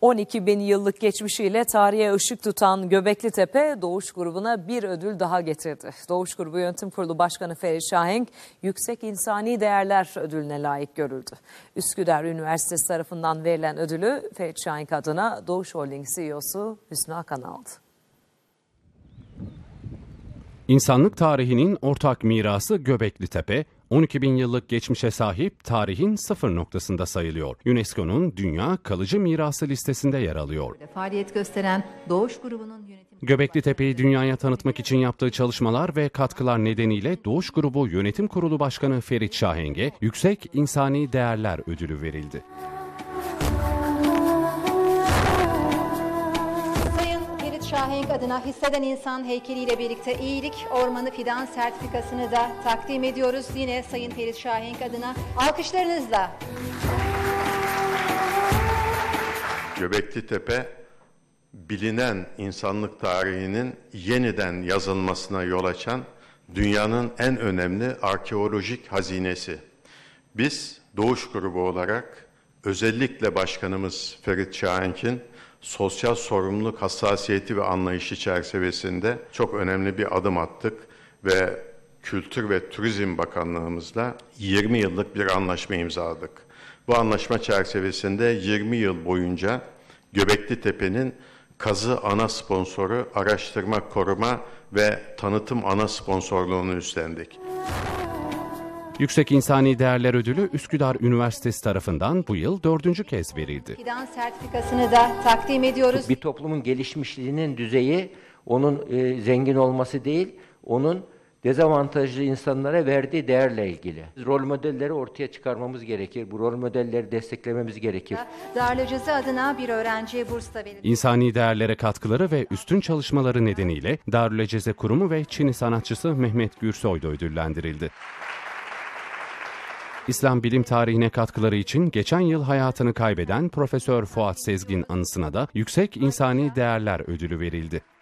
12 bin yıllık geçmişiyle tarihe ışık tutan Göbeklitepe, Doğuş grubuna bir ödül daha getirdi. Doğuş Grubu Yönetim Kurulu Başkanı Ferit Şahenk, Yüksek İnsani Değerler Ödülüne layık görüldü. Üsküdar Üniversitesi tarafından verilen ödülü Ferit Şahenk adına Doğuş Holding CEO'su Hüsnü Akan aldı. İnsanlık tarihinin ortak mirası Göbeklitepe, 12 bin yıllık geçmişe sahip tarihin sıfır noktasında sayılıyor. UNESCO'nun Dünya Kalıcı Mirası listesinde yer alıyor. Faaliyet gösteren Doğuş grubunun yönetim... Göbeklitepe'yi dünyaya tanıtmak için yaptığı çalışmalar ve katkılar nedeniyle Doğuş Grubu Yönetim Kurulu Başkanı Ferit Şahenk'e Yüksek İnsani Değerler Ödülü verildi. Şahenk adına hisseden insan heykeliyle birlikte iyilik ormanı fidan sertifikasını da takdim ediyoruz. Yine Sayın Ferit Şahenk adına alkışlarınızla. Göbeklitepe, bilinen insanlık tarihinin yeniden yazılmasına yol açan dünyanın en önemli arkeolojik hazinesi. Biz Doğuş Grubu olarak özellikle Başkanımız Ferit Şahenk'in sosyal sorumluluk hassasiyeti ve anlayışı çerçevesinde çok önemli bir adım attık ve Kültür ve Turizm Bakanlığımızla 20 yıllık bir anlaşma imzaladık. Bu anlaşma çerçevesinde 20 yıl boyunca Göbeklitepe'nin kazı ana sponsoru, araştırma, koruma ve tanıtım ana sponsorluğunu üstlendik. Yüksek İnsani Değerler Ödülü Üsküdar Üniversitesi tarafından bu yıl 4. kez verildi. Fidan sertifikasını da takdim ediyoruz. Bir toplumun gelişmişliğinin düzeyi onun zengin olması değil, onun dezavantajlı insanlara verdiği değerle ilgili. Rol modelleri ortaya çıkarmamız gerekir. Bu rol modelleri desteklememiz gerekir. Darülceze adına bir öğrenciye burs da verildi. İnsani değerlere katkıları ve üstün çalışmaları nedeniyle Darülceze Kurumu ve Çini sanatçısı Mehmet Gürsoy da ödüllendirildi. İslam bilim tarihine katkıları için geçen yıl hayatını kaybeden Profesör Fuat Sezgin anısına da Yüksek İnsani Değerler Ödülü verildi.